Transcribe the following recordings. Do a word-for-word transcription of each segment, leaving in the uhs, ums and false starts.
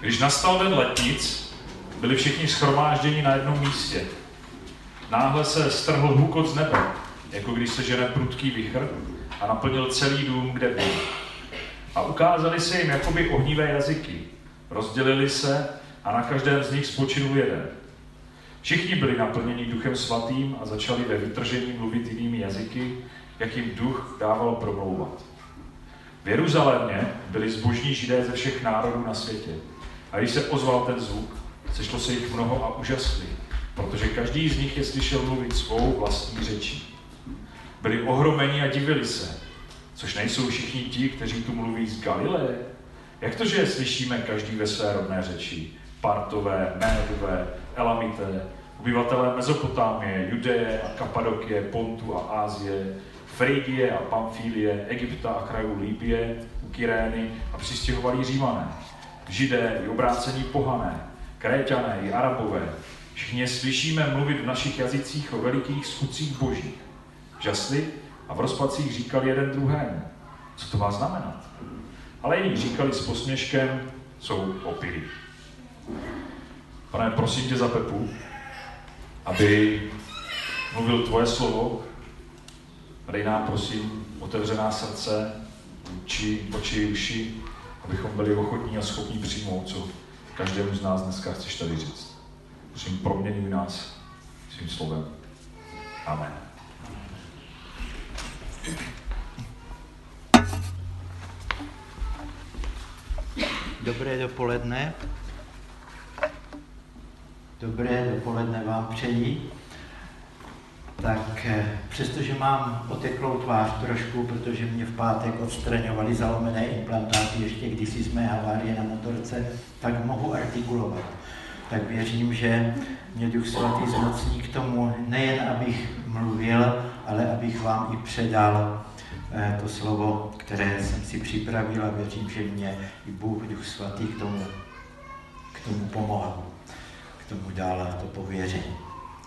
Když nastal den letnic, byli všichni shromážděni na jednom místě. Náhle se strhl hukot z nebe, jako když se žene prudký vichr, a naplnil celý dům, kde byl. A ukázali se jim jakoby ohnivé jazyky. Rozdělili se a na každém z nich spočinul jeden. Všichni byli naplněni Duchem Svatým a začali ve vytržení mluvit jinými jazyky, jak jim Duch dával promlouvat. V Jeruzalémě byli zbožní Židé ze všech národů na světě. A když se ozval ten zvuk, sešlo se jich mnoho a úžasli, protože každý z nich je slyšel mluvit svou vlastní řečí. Byli ohromeni a divili se, což nejsou všichni ti, kteří tu mluví z Galileje. Jak to, že je slyšíme každý ve své rodné řeči? Partové, Médové, Elamité, obyvatelé Mezopotámie, Judeje a Kapadokie, Pontu a Ázie, Frýgie a Pamfílie, Egypta a krajů Libye, u Kyrény a přistěhovalí Římané, Židé i obrácení pohané, Kréťané i Arabové. Všichni slyšíme mluvit v našich jazycích o velikých skutcích božích. Žasli a v rozpacích říkali jeden druhému, co to má znamenat? Ale jiní říkali s posměškem, jsou opilí. Pane, prosím tě za Pepu, aby mluvil tvoje slovo. Dej nám, prosím, otevřená srdce, oči, oči, uši, abychom byli ochotní a schopní přijmout, co každému z nás dneska chceš tady říct. Prosím, proměňuj nás svým slovem. Amen. Dobré dopoledne. Dobré dopoledne vám přeji. Tak přestože mám oteklou tvář trošku, protože mě v pátek odstraňovali zalomené implantáty ještě kdysi z mé havárie na motorce, tak mohu artikulovat. Tak věřím, že mě Duch Svatý zmocní k tomu, nejen abych mluvil, ale abych vám i předal to slovo, které jsem si připravil, a věřím, že mě i Bůh, Duch Svatý k tomu, k tomu pomohl, k tomu dal to pověření.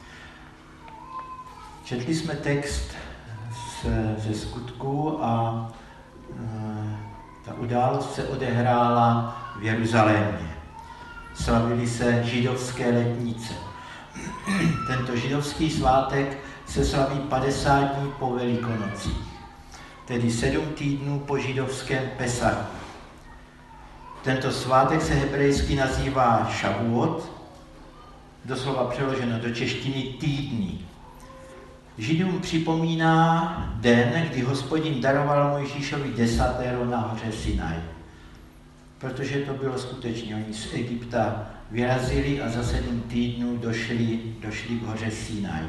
Četli jsme text ze Skutků a e, ta událost se odehrála v Jeruzalémě. Slavili se židovské letnice. Tento židovský svátek se slaví padesát dní po Velikonocích, tedy sedm týdnů po židovském Pesachu. Tento svátek se hebrejsky nazývá Šavuot, doslova přeloženo do češtiny týdny. Židům připomíná den, kdy Hospodin daroval Mojžíšovi desatero na hoře Sinaj. Protože to bylo skutečně, oni z Egypta vyrazili a za sedm týdnů došli, došli k hoře Sinaj.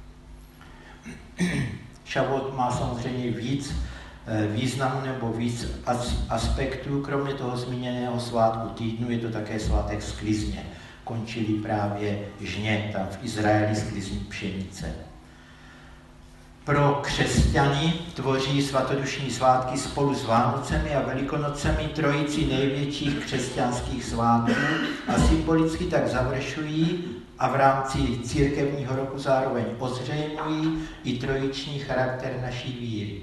Šavot má samozřejmě víc významu nebo víc aspektů, kromě toho zmíněného svátku týdnu, je to také svátek sklizně. Končili právě žně tam v Izraeli sklizní pšenice. Pro křesťany tvoří svatodušní svátky spolu s Vánocemi a Velikonocemi trojici největších křesťanských svátků a symbolicky tak završují a v rámci církevního roku zároveň ozřejmují i trojiční charakter naší víry.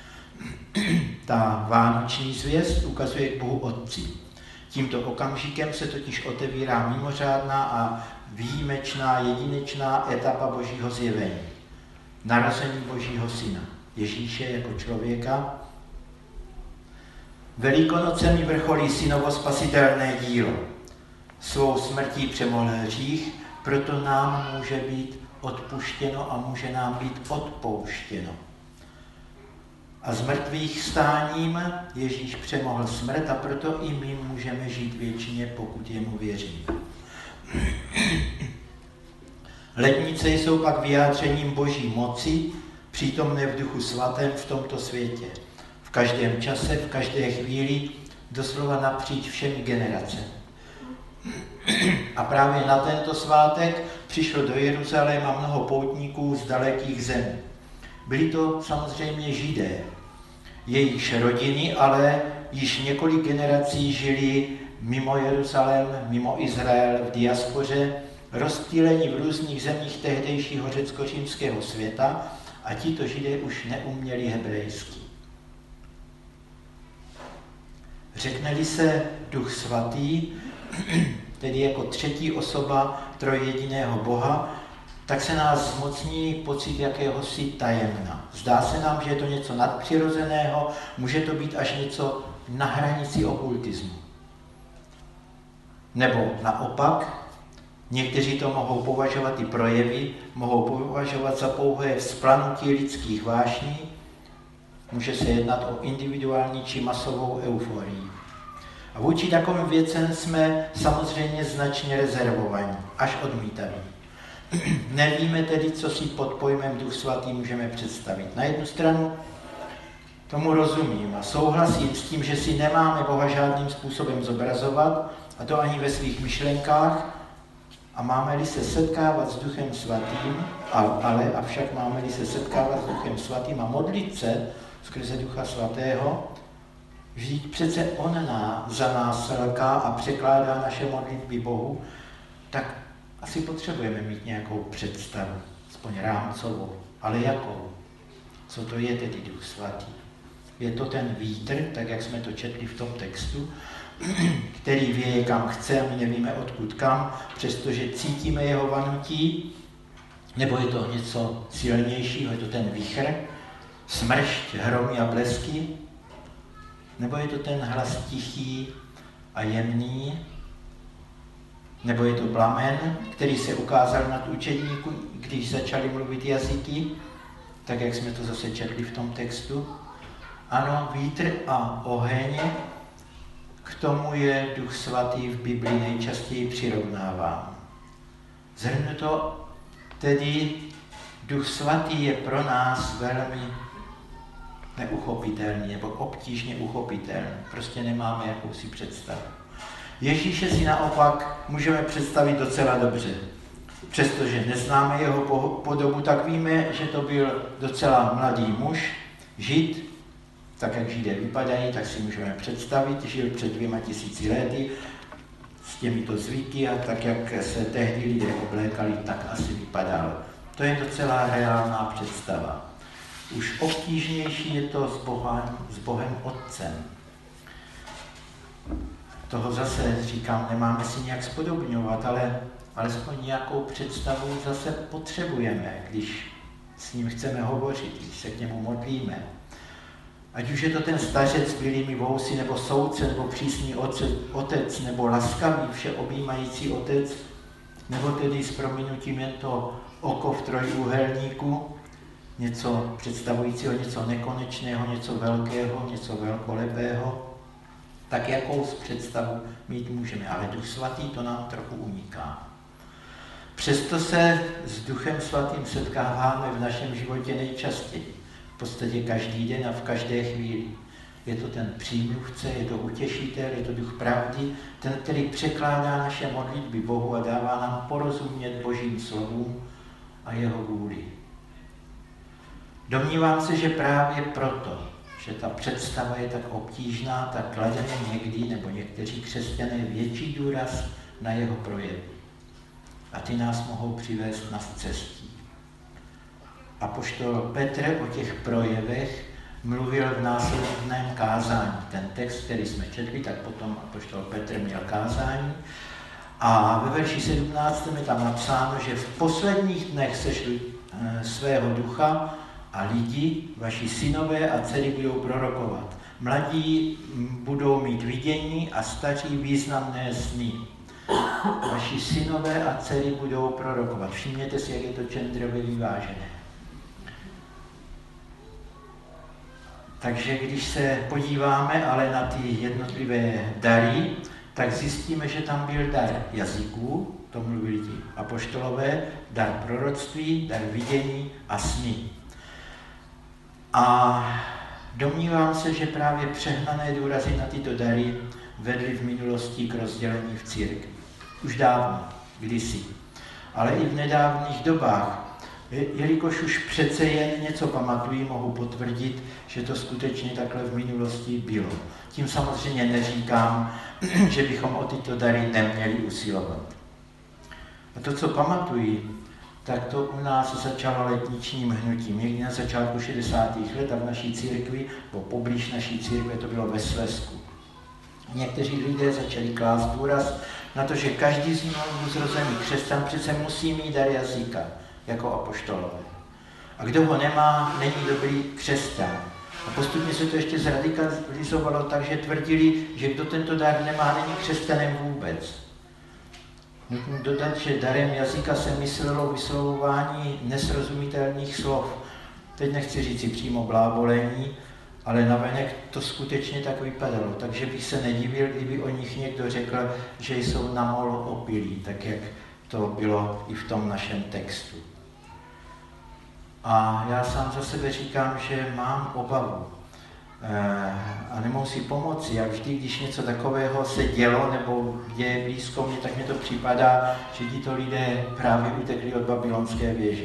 Ta vánoční zvěst ukazuje k Bohu Otci. Tímto okamžikem se totiž otevírá mimořádná a výjimečná, jedinečná etapa Božího zjevení. Narození Božího Syna, Ježíše jako člověka. Velikonocemi vrcholí synovo spasitelné dílo. Svou smrtí přemohl hřích, proto nám může být odpuštěno a může nám být odpouštěno. A z mrtvých stáním Ježíš přemohl smrt a proto i my můžeme žít věčně, pokud jemu věříme. Letnice jsou pak vyjádřením Boží moci, přítomné v Duchu Svatém v tomto světě. V každém čase, v každé chvíli, doslova napříč všemi generacemi. A právě na tento svátek přišlo do Jeruzaléma mnoho poutníků z dalekých zemí. Byli to samozřejmě Židé, jejichž rodiny, ale již několik generací žili mimo Jeruzalém, mimo Izrael, v diaspoře, rozptýlení v různých zemích tehdejšího řecko-římského světa, a tito Židé už neuměli hebrejsky. Řekne-li se Duch Svatý, tedy jako třetí osoba trojjediného Boha, tak se nás zmocní pocit jakéhosi tajemna. Zdá se nám, že je to něco nadpřirozeného, může to být až něco na hranici okultismu. Nebo naopak, někteří to mohou považovat i projevy, mohou považovat za pouhé vzplanutí lidských vášní, může se jednat o individuální či masovou euforii. A vůči takovým věcem jsme samozřejmě značně rezervovaní, až odmítaví. Nevíme tedy, co si pod pojmem Duch Svatý můžeme představit. Na jednu stranu tomu rozumím a souhlasím s tím, že si nemáme Boha žádným způsobem zobrazovat, a to ani ve svých myšlenkách, a máme-li se setkávat s Duchem Svatým, ale avšak máme-li se setkávat s Duchem Svatým a modlit se skrze Ducha Svatého, vždyť přece on ná, za nás lká a překládá naše modlitby Bohu, tak asi potřebujeme mít nějakou představu, aspoň rámcovou, ale jakou? Co to je tedy Duch Svatý? Je to ten vítr, tak jak jsme to četli v tom textu, který věje kam chce a my nevíme odkud kam, přestože cítíme jeho vanutí, nebo je to něco silnějšího, je to ten vichr, smršť, hromy a blesky, nebo je to ten hlas tichý a jemný, nebo je to plamen, který se ukázal nad učedníků, když začali mluvit jazyky, tak jak jsme to zase četli v tom textu. Ano, vítr a oheň, k tomu je Duch Svatý v Biblii nejčastěji přirovnáván. Zhrnuto tedy, Duch Svatý je pro nás velmi neuchopitelný, nebo obtížně uchopitelný. Prostě nemáme jakousi představu. Ježíše si naopak můžeme představit docela dobře. Přestože neznáme jeho podobu, tak víme, že to byl docela mladý muž, žid, tak jak židé vypadají, tak si můžeme představit, žil před dvěma tisíci lety s těmito zvyky a tak, jak se tehdy lidé oblékali, tak asi vypadal. To je docela reálná představa. Už obtížnější je to s Bohem, s Bohem Otcem. Toho zase říkám, nemáme si nějak spodobňovat, ale alespoň nějakou představu zase potřebujeme, když s ním chceme hovořit, když se k němu modlíme. Ať už je to ten stařec s bílými vousy, nebo soudce, nebo přísný otec, nebo laskavý, všeobjímající otec, nebo tedy s prominutím jen to oko v trojúhelníku, něco představujícího něco nekonečného, něco velkého, něco velkolepého, tak jakou představu mít můžeme. Ale Duch Svatý to nám trochu uniká. Přesto se s Duchem Svatým setkáváme v našem životě nejčastěji. V podstatě každý den a v každé chvíli. Je to ten přímluvce, je to utěšitel, je to Duch pravdy, ten, který překládá naše modlitby Bohu a dává nám porozumět Božím slovům a jeho vůli. Domnívám se, že právě proto, že ta představa je tak obtížná, tak klademe někdy, nebo někteří křesťané, větší důraz na jeho projevy. A ty nás mohou přivést na cestí. Apoštol Petr o těch projevech mluvil v následném kázání. Ten text, který jsme četli, tak potom apoštol Petr měl kázání. A ve verši sedmnáctém je tam napsáno, že v posledních dnech sešli e, svého ducha a lidi, vaši synové a dcery budou prorokovat. Mladí budou mít vidění a staří významné sny. Vaši synové a dcery budou prorokovat. Všimněte si, jak je to genderově vyvážené. Takže když se podíváme ale na ty jednotlivé dary, tak zjistíme, že tam byl dar jazyků, to mluvili ti apoštolové, dar proroctví, dar vidění a sny. A domnívám se, že právě přehnané důrazy na tyto dary vedly v minulosti k rozdělení v církvi. Už dávno, kdysi. Ale i v nedávných dobách, jelikož už přece jen něco pamatují, mohu potvrdit, že to skutečně takhle v minulosti bylo. Tím samozřejmě neříkám, že bychom o tyto dary neměli usilovat. A to, co pamatují, tak to u nás začalo letničním hnutím. Někdy na začátku šedesátých let a v naší církvi, po poblíž naší církve, to bylo ve Slezsku. Někteří lidé začali klást důraz na to, že každý znovu zrozený křesťan přece musí mít dar jazyka, jako apoštolové. A kdo ho nemá, není dobrý křesťan. A postupně se to ještě zradikalizovalo tak, že tvrdili, že kdo tento dar nemá, není křesťanem vůbec. Nutno dodat, že darem jazyka se myslelo vyslovování nesrozumitelných slov. Teď nechci říct si přímo blábolení, ale navenek to skutečně tak vypadalo. Takže bych se nedivil, kdyby o nich někdo řekl, že jsou namol opilí, tak jak to bylo i v tom našem textu. A já sám za sebe říkám, že mám obavu a nemohu si pomoci. A vždy, když něco takového se dělo nebo je blízko mě, tak mi to připadá, že tito lidé právě utekli od babylonské věže.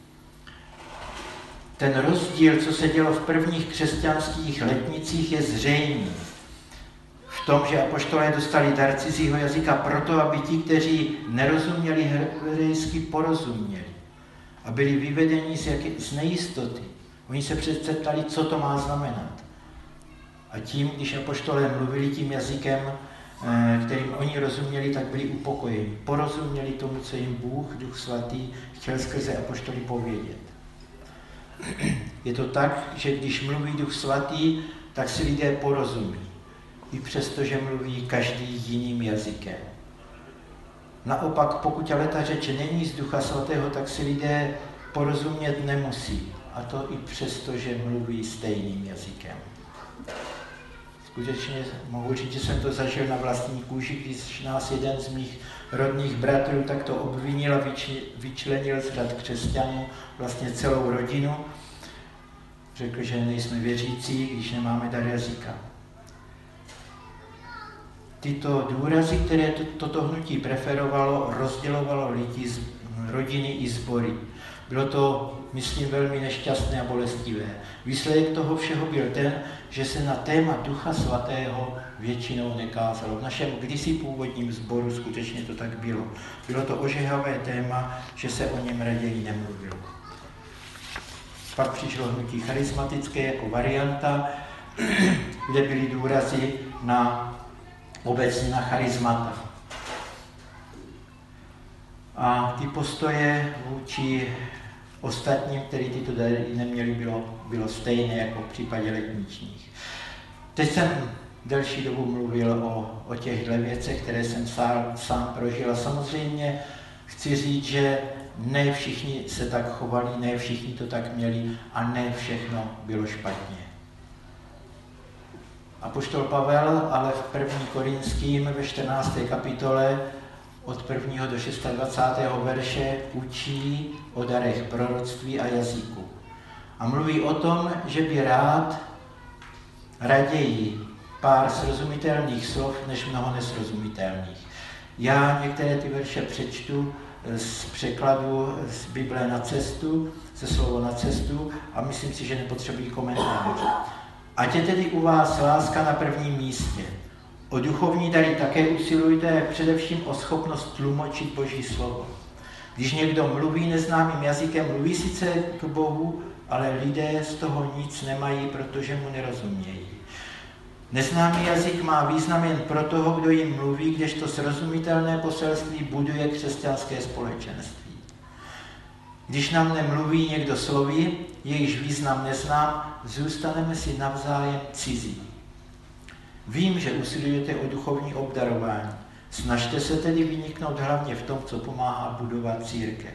Ten rozdíl, co se dělo v prvních křesťanských letnicích, je zřejmý. V tom, že apoštolé dostali dar cizího jazyka proto, aby ti, kteří nerozuměli hebrejsky, porozuměli. A byli vyvedeni z, jaké, z nejistoty. Oni se přece ptali, co to má znamenat. A tím, když apoštolé mluvili tím jazykem, kterým oni rozuměli, tak byli upokojeni. Porozuměli tomu, co jim Bůh, Duch Svatý, chtěl skrze apoštoly povědět. Je to tak, že když mluví Duch Svatý, tak si lidé porozumí. I přesto, že mluví každý jiným jazykem. Naopak, pokud ale ta řeč není z Ducha Svatého, tak si lidé porozumět nemusí. A to i přesto, že mluví stejným jazykem. Skutečně mohu říct, že jsem to zažil na vlastní kůži, když nás jeden z mých rodných bratrů takto obvinil a vyčlenil z řad křesťanů vlastně celou rodinu. Řekl, že nejsme věřící, když nemáme dar jazyka. Tyto důrazy, které to, toto hnutí preferovalo, rozdělovalo lidi, z, rodiny i sbory. Bylo to, myslím, velmi nešťastné a bolestivé. Výsledek toho všeho byl ten, že se na téma Ducha Svatého většinou nekázalo. V našem kdysi původním sboru skutečně to tak bylo. Bylo to ožehavé téma, že se o něm raději nemluvilo. Pak přišlo hnutí charismatické jako varianta, kde byly důrazy na obecně na charismata. A ty postoje vůči ostatním, kteří tyto dary neměli, bylo, bylo stejné jako v případě letničních. Teď jsem delší dobu mluvil o, o těchto věcech, které jsem sám, sám prožil. A samozřejmě chci říct, že ne všichni se tak chovali, ne všichni to tak měli a ne všechno bylo špatně. Apoštol Pavel ale v první Korinským ve čtrnácté kapitole od prvního do dvacátého šestého verše učí o darech proroctví a jazyku. A mluví o tom, že by rád raději pár srozumitelných slov, než mnoho nesrozumitelných. Já některé ty verše přečtu z překladu z Bible na cestu, ze slovo na cestu a myslím si, že nepotřebují komentář. Ať je tedy u vás láska na prvním místě. O duchovní dary také usilujte, především o schopnost tlumočit Boží slovo. Když někdo mluví neznámým jazykem, mluví sice k Bohu, ale lidé z toho nic nemají, protože mu nerozumějí. Neznámý jazyk má význam jen pro toho, kdo jim mluví, kdežto srozumitelné poselství buduje křesťanské společenství. Když nám nemluví někdo slovy, jejichž význam neznám, zůstaneme si navzájem cizí. Vím, že usilujete o duchovní obdarování. Snažte se tedy vyniknout hlavně v tom, co pomáhá budovat církev.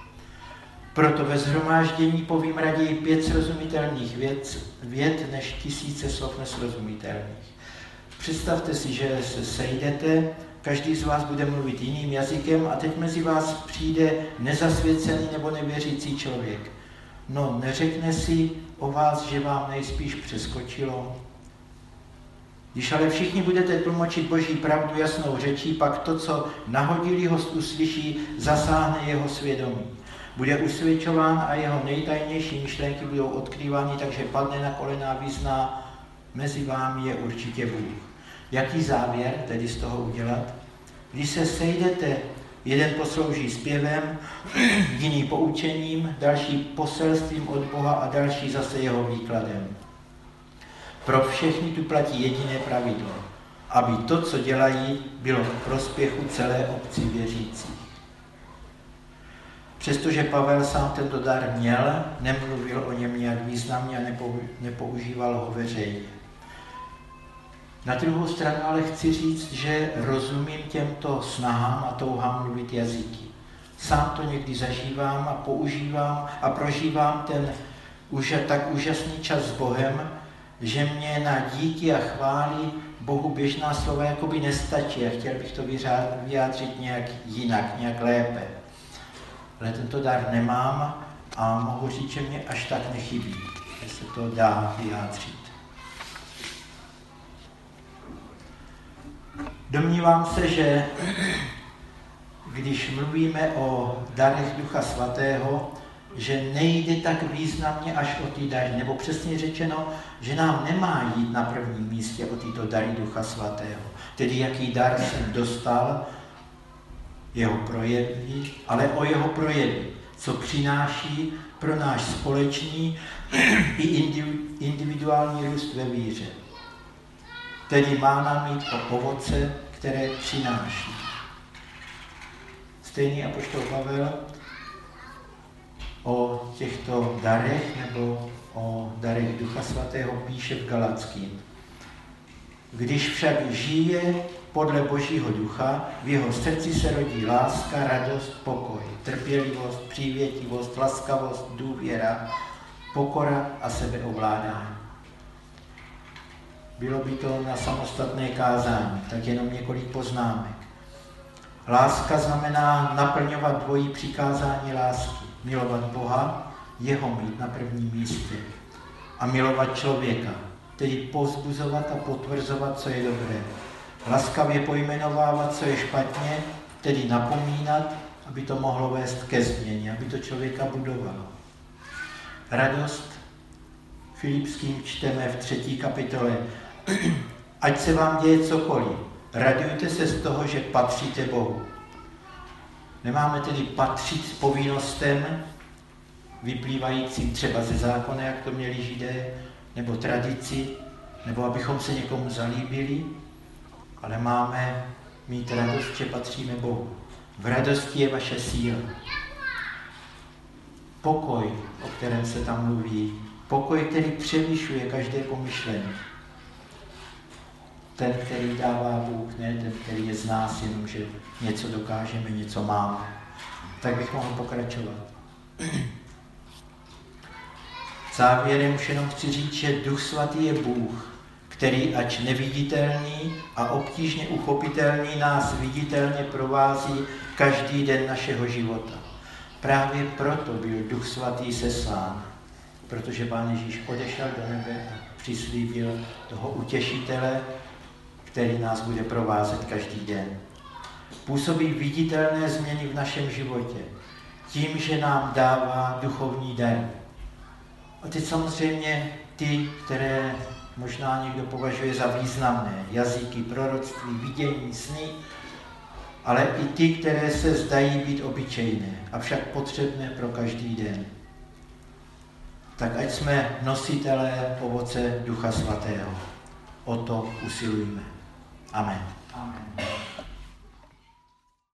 Proto ve shromáždění povím raději pět srozumitelných věd, věd než tisíce slov nesrozumitelných. Představte si, že se sejdete, každý z vás bude mluvit jiným jazykem a teď mezi vás přijde nezasvěcený nebo nevěřící člověk. No, neřekne si o vás, že vám nejspíš přeskočilo. Když ale všichni budete tlumočit Boží pravdu jasnou řečí, pak to, co nahodilý host uslyší, zasáhne jeho svědomí. Bude usvědčován a jeho nejtajnější myšlenky budou odkrývány, takže padne na kolena a vyzná, mezi vámi je určitě Bůh. Jaký závěr tedy z toho udělat? Když se sejdete, jeden poslouží zpěvem, jiný poučením, další poselstvím od Boha a další zase jeho výkladem. Pro všechny tu platí jediné pravidlo. aby to, co dělají, bylo k prospěchu celé obci věřících. Přestože Pavel sám tento dar měl, nemluvil o něm nějak významně a nepoužíval ho veřejně. Na druhou stranu ale chci říct, že rozumím těmto snahám a touhám mluvit jazyky. Sám to někdy zažívám a používám a prožívám ten už tak úžasný čas s Bohem, že mě na díky a chvály Bohu běžná slova jakoby nestačí a chtěl bych to vyjádřit nějak jinak, nějak lépe. Ale tento dar nemám a mohu říct, že mě až tak nechybí, že se to dá vyjádřit. Domnívám se, že když mluvíme o darech Ducha Svatého, že nejde tak významně až o ty dary, nebo přesně řečeno, že nám nemá jít na prvním místě o tyto dary Ducha Svatého. Tedy jaký dar jsem dostal, jeho projevy, ale o jeho projevy, co přináší pro náš společný i individuální růst ve víře. Tedy má nám jít o ovoce, které přináší. Stejný apoštol Pavel o těchto darech nebo o darech Ducha Svatého píše v Galackým. Když však žije podle Božího ducha, v jeho srdci se rodí láska, radost, pokoj, trpělivost, přívětivost, laskavost, důvěra, pokora a sebeovládání. Bylo by to na samostatné kázání, tak jenom několik poznámek. Láska znamená naplňovat dvojí přikázání lásky. Milovat Boha, jeho mít na prvním místě. A milovat člověka, tedy povzbuzovat a potvrzovat, co je dobré. Laskavě pojmenovávat, co je špatně, tedy napomínat, aby to mohlo vést ke změně, aby to člověka budovalo. Radost Filipským čteme v třetí kapitole. Ať se vám děje cokoliv, radujte se z toho, že patříte Bohu. Nemáme tedy patřit s povinnostem, vyplývajícím třeba ze zákona, jak to měli Židé, nebo tradici, nebo abychom se někomu zalíbili, ale máme mít radost, že patříme Bohu. V radosti je vaše síla. Pokoj, o kterém se tam mluví, pokoj, který převyšuje každé pomyšlení. Ten, který dává Bůh, ne ten, který je z nás, jenom že něco dokážeme, něco máme. Tak bych mohl pokračovat. Závěrem už jenom chci říct, že Duch Svatý je Bůh, který ač neviditelný a obtížně uchopitelný nás viditelně provází každý den našeho života. Právě proto byl Duch Svatý seslán, protože Pán Ježíš odešel do nebe a přislíbil toho utěšitele, který nás bude provázet každý den. Působí viditelné změny v našem životě tím, že nám dává duchovní dar. A teď samozřejmě ty, které možná někdo považuje za významné, jazyky, proroctví, vidění, sny, ale i ty, které se zdají být obyčejné, avšak potřebné pro každý den. Tak ať jsme nositelé ovoce Ducha Svatého. O to usilujme. Amen. Amen.